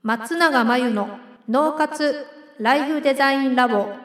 松永真由の脳活ライフデザインラボ。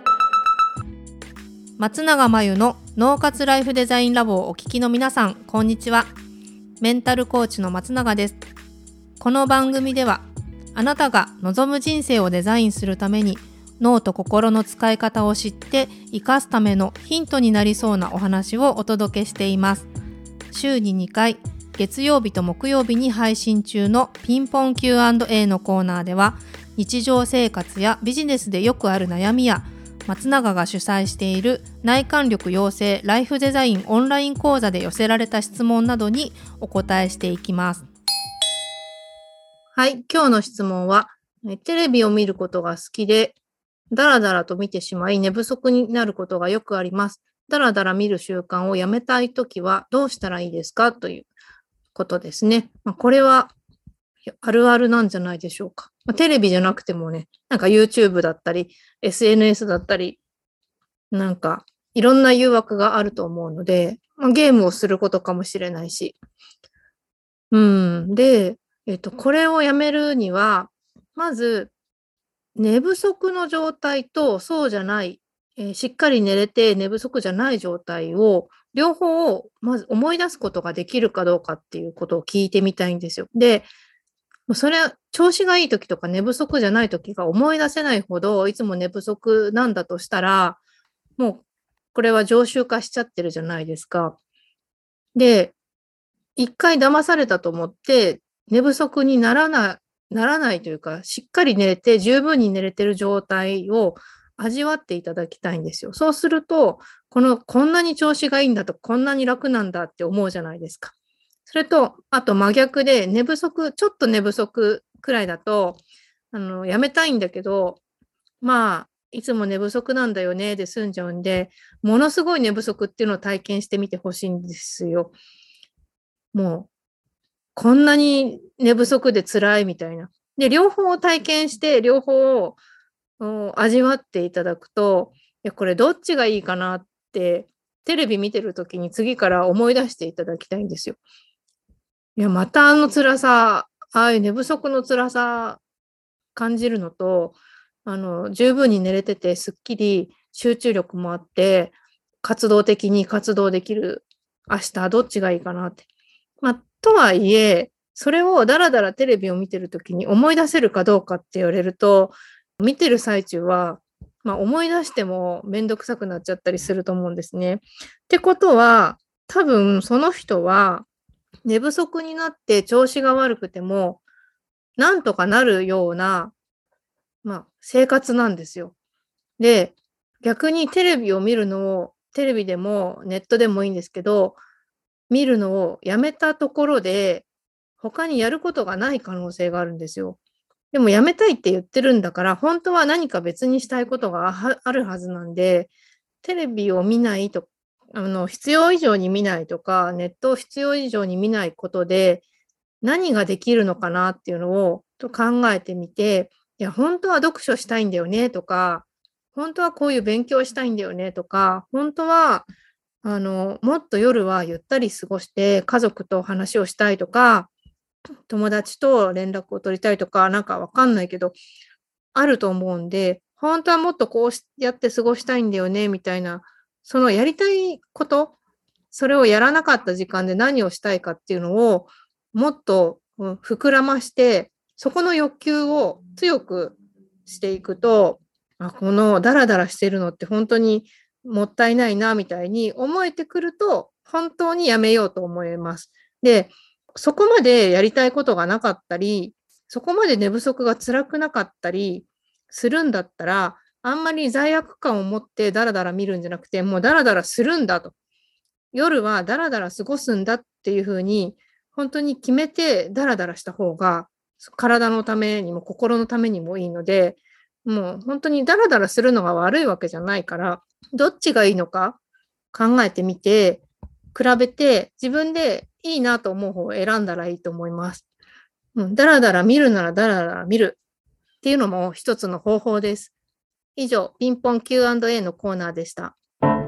松永真由の脳活ライフデザインラボをお聞きの皆さん、こんにちは。メンタルコーチの松永です。この番組では、あなたが望む人生をデザインするために脳と心の使い方を知って生かすためのヒントになりそうなお話をお届けしています。週に2回、月曜日と木曜日に配信中のピンポン Q&A のコーナーでは、日常生活やビジネスでよくある悩みや、松永が主催している内観力養成ライフデザインオンライン講座で寄せられた質問などにお答えしていきます。はい、今日の質問は、テレビを見ることが好きで、だらだらと見てしまい寝不足になることがよくあります。だらだら見る習慣をやめたいときはどうしたらいいですかということですね。これはあるあるなんじゃないでしょうか。テレビじゃなくてもね、YouTube だったり、SNS だったり、いろんな誘惑があると思うので、ゲームをすることかもしれないし。で、これをやめるには、まず、寝不足の状態とそうじゃない、しっかり寝れて寝不足じゃない状態を、両方をまず思い出すことができるかどうかっていうことを聞いてみたいんですよ。で、それは調子がいい時とか寝不足じゃない時が思い出せないほどいつも寝不足なんだとしたら、もうこれは常習化しちゃってるじゃないですか。で、一回騙されたと思って寝不足にならないというか、しっかり寝れて十分に寝れてる状態を味わっていただきたいんですよ。そうすると、こんなに調子がいいんだと、こんなに楽なんだって思うじゃないですか。それと、あと真逆で、ちょっと寝不足くらいだと、やめたいんだけど、いつも寝不足なんだよね、で済んじゃうんで、ものすごい寝不足っていうのを体験してみてほしいんですよ。もう、こんなに寝不足で辛いみたいな。で、両方を体験して、両方を味わっていただくと、これどっちがいいかなって、テレビ見てるときに次から思い出していただきたいんですよ。また辛さ、ああいう寝不足の辛さ感じるのと、十分に寝れててすっきり集中力もあって、活動的に活動できる明日どっちがいいかなって。とはいえ、それをだらだらテレビを見てるときに思い出せるかどうかって言われると、見てる最中は、思い出してもめんどくさくなっちゃったりすると思うんですね。ってことは、多分その人は寝不足になって調子が悪くても、なんとかなるような、生活なんですよ。で、逆にテレビを見るのを、テレビでもネットでもいいんですけど、見るのをやめたところで、他にやることがない可能性があるんですよ。でもやめたいって言ってるんだから、本当は何か別にしたいことがあるはずなんで、テレビを見ないと、必要以上に見ないとか、ネットを必要以上に見ないことで、何ができるのかなっていうのを考えてみて、本当は読書したいんだよねとか、本当はこういう勉強したいんだよねとか、本当は、もっと夜はゆったり過ごして家族と話をしたいとか、友達と連絡を取りたいとか、わかんないけど、あると思うんで、本当はもっとこうやって過ごしたいんだよね、みたいな、そのやりたいこと、それをやらなかった時間で何をしたいかっていうのを、もっと膨らまして、そこの欲求を強くしていくと、このダラダラしてるのって本当にもったいないな、みたいに思えてくると、本当にやめようと思います。で、そこまでやりたいことがなかったり、そこまで寝不足が辛くなかったりするんだったら、あんまり罪悪感を持ってダラダラ見るんじゃなくて、もうダラダラするんだと。夜はダラダラ過ごすんだっていうふうに、本当に決めてダラダラした方が、体のためにも心のためにもいいので、もう本当にダラダラするのが悪いわけじゃないから、どっちがいいのか考えてみて、比べて自分でいいなと思う方を選んだらいいと思います。だらだら見るならだらだら見るっていうのも一つの方法です。以上、ピンポン Q&A のコーナーでした。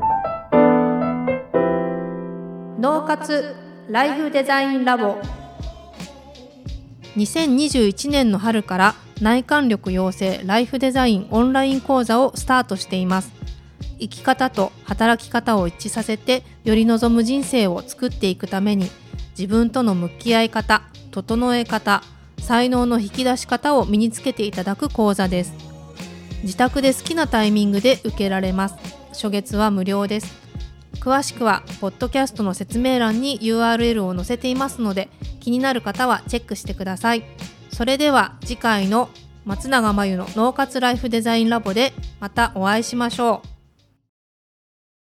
脳活ライフデザインラボ。2021年の春から内観力養成ライフデザインオンライン講座をスタートしています。生き方と働き方を一致させてより望む人生を作っていくために、自分との向き合い方、整え方、才能の引き出し方を身につけていただく講座です。自宅で好きなタイミングで受けられます。初月は無料です。詳しくはポッドキャストの説明欄に URL を載せていますので、気になる方はチェックしてください。それでは次回の松永真由の脳活ライフデザインラボでまたお会いしましょう。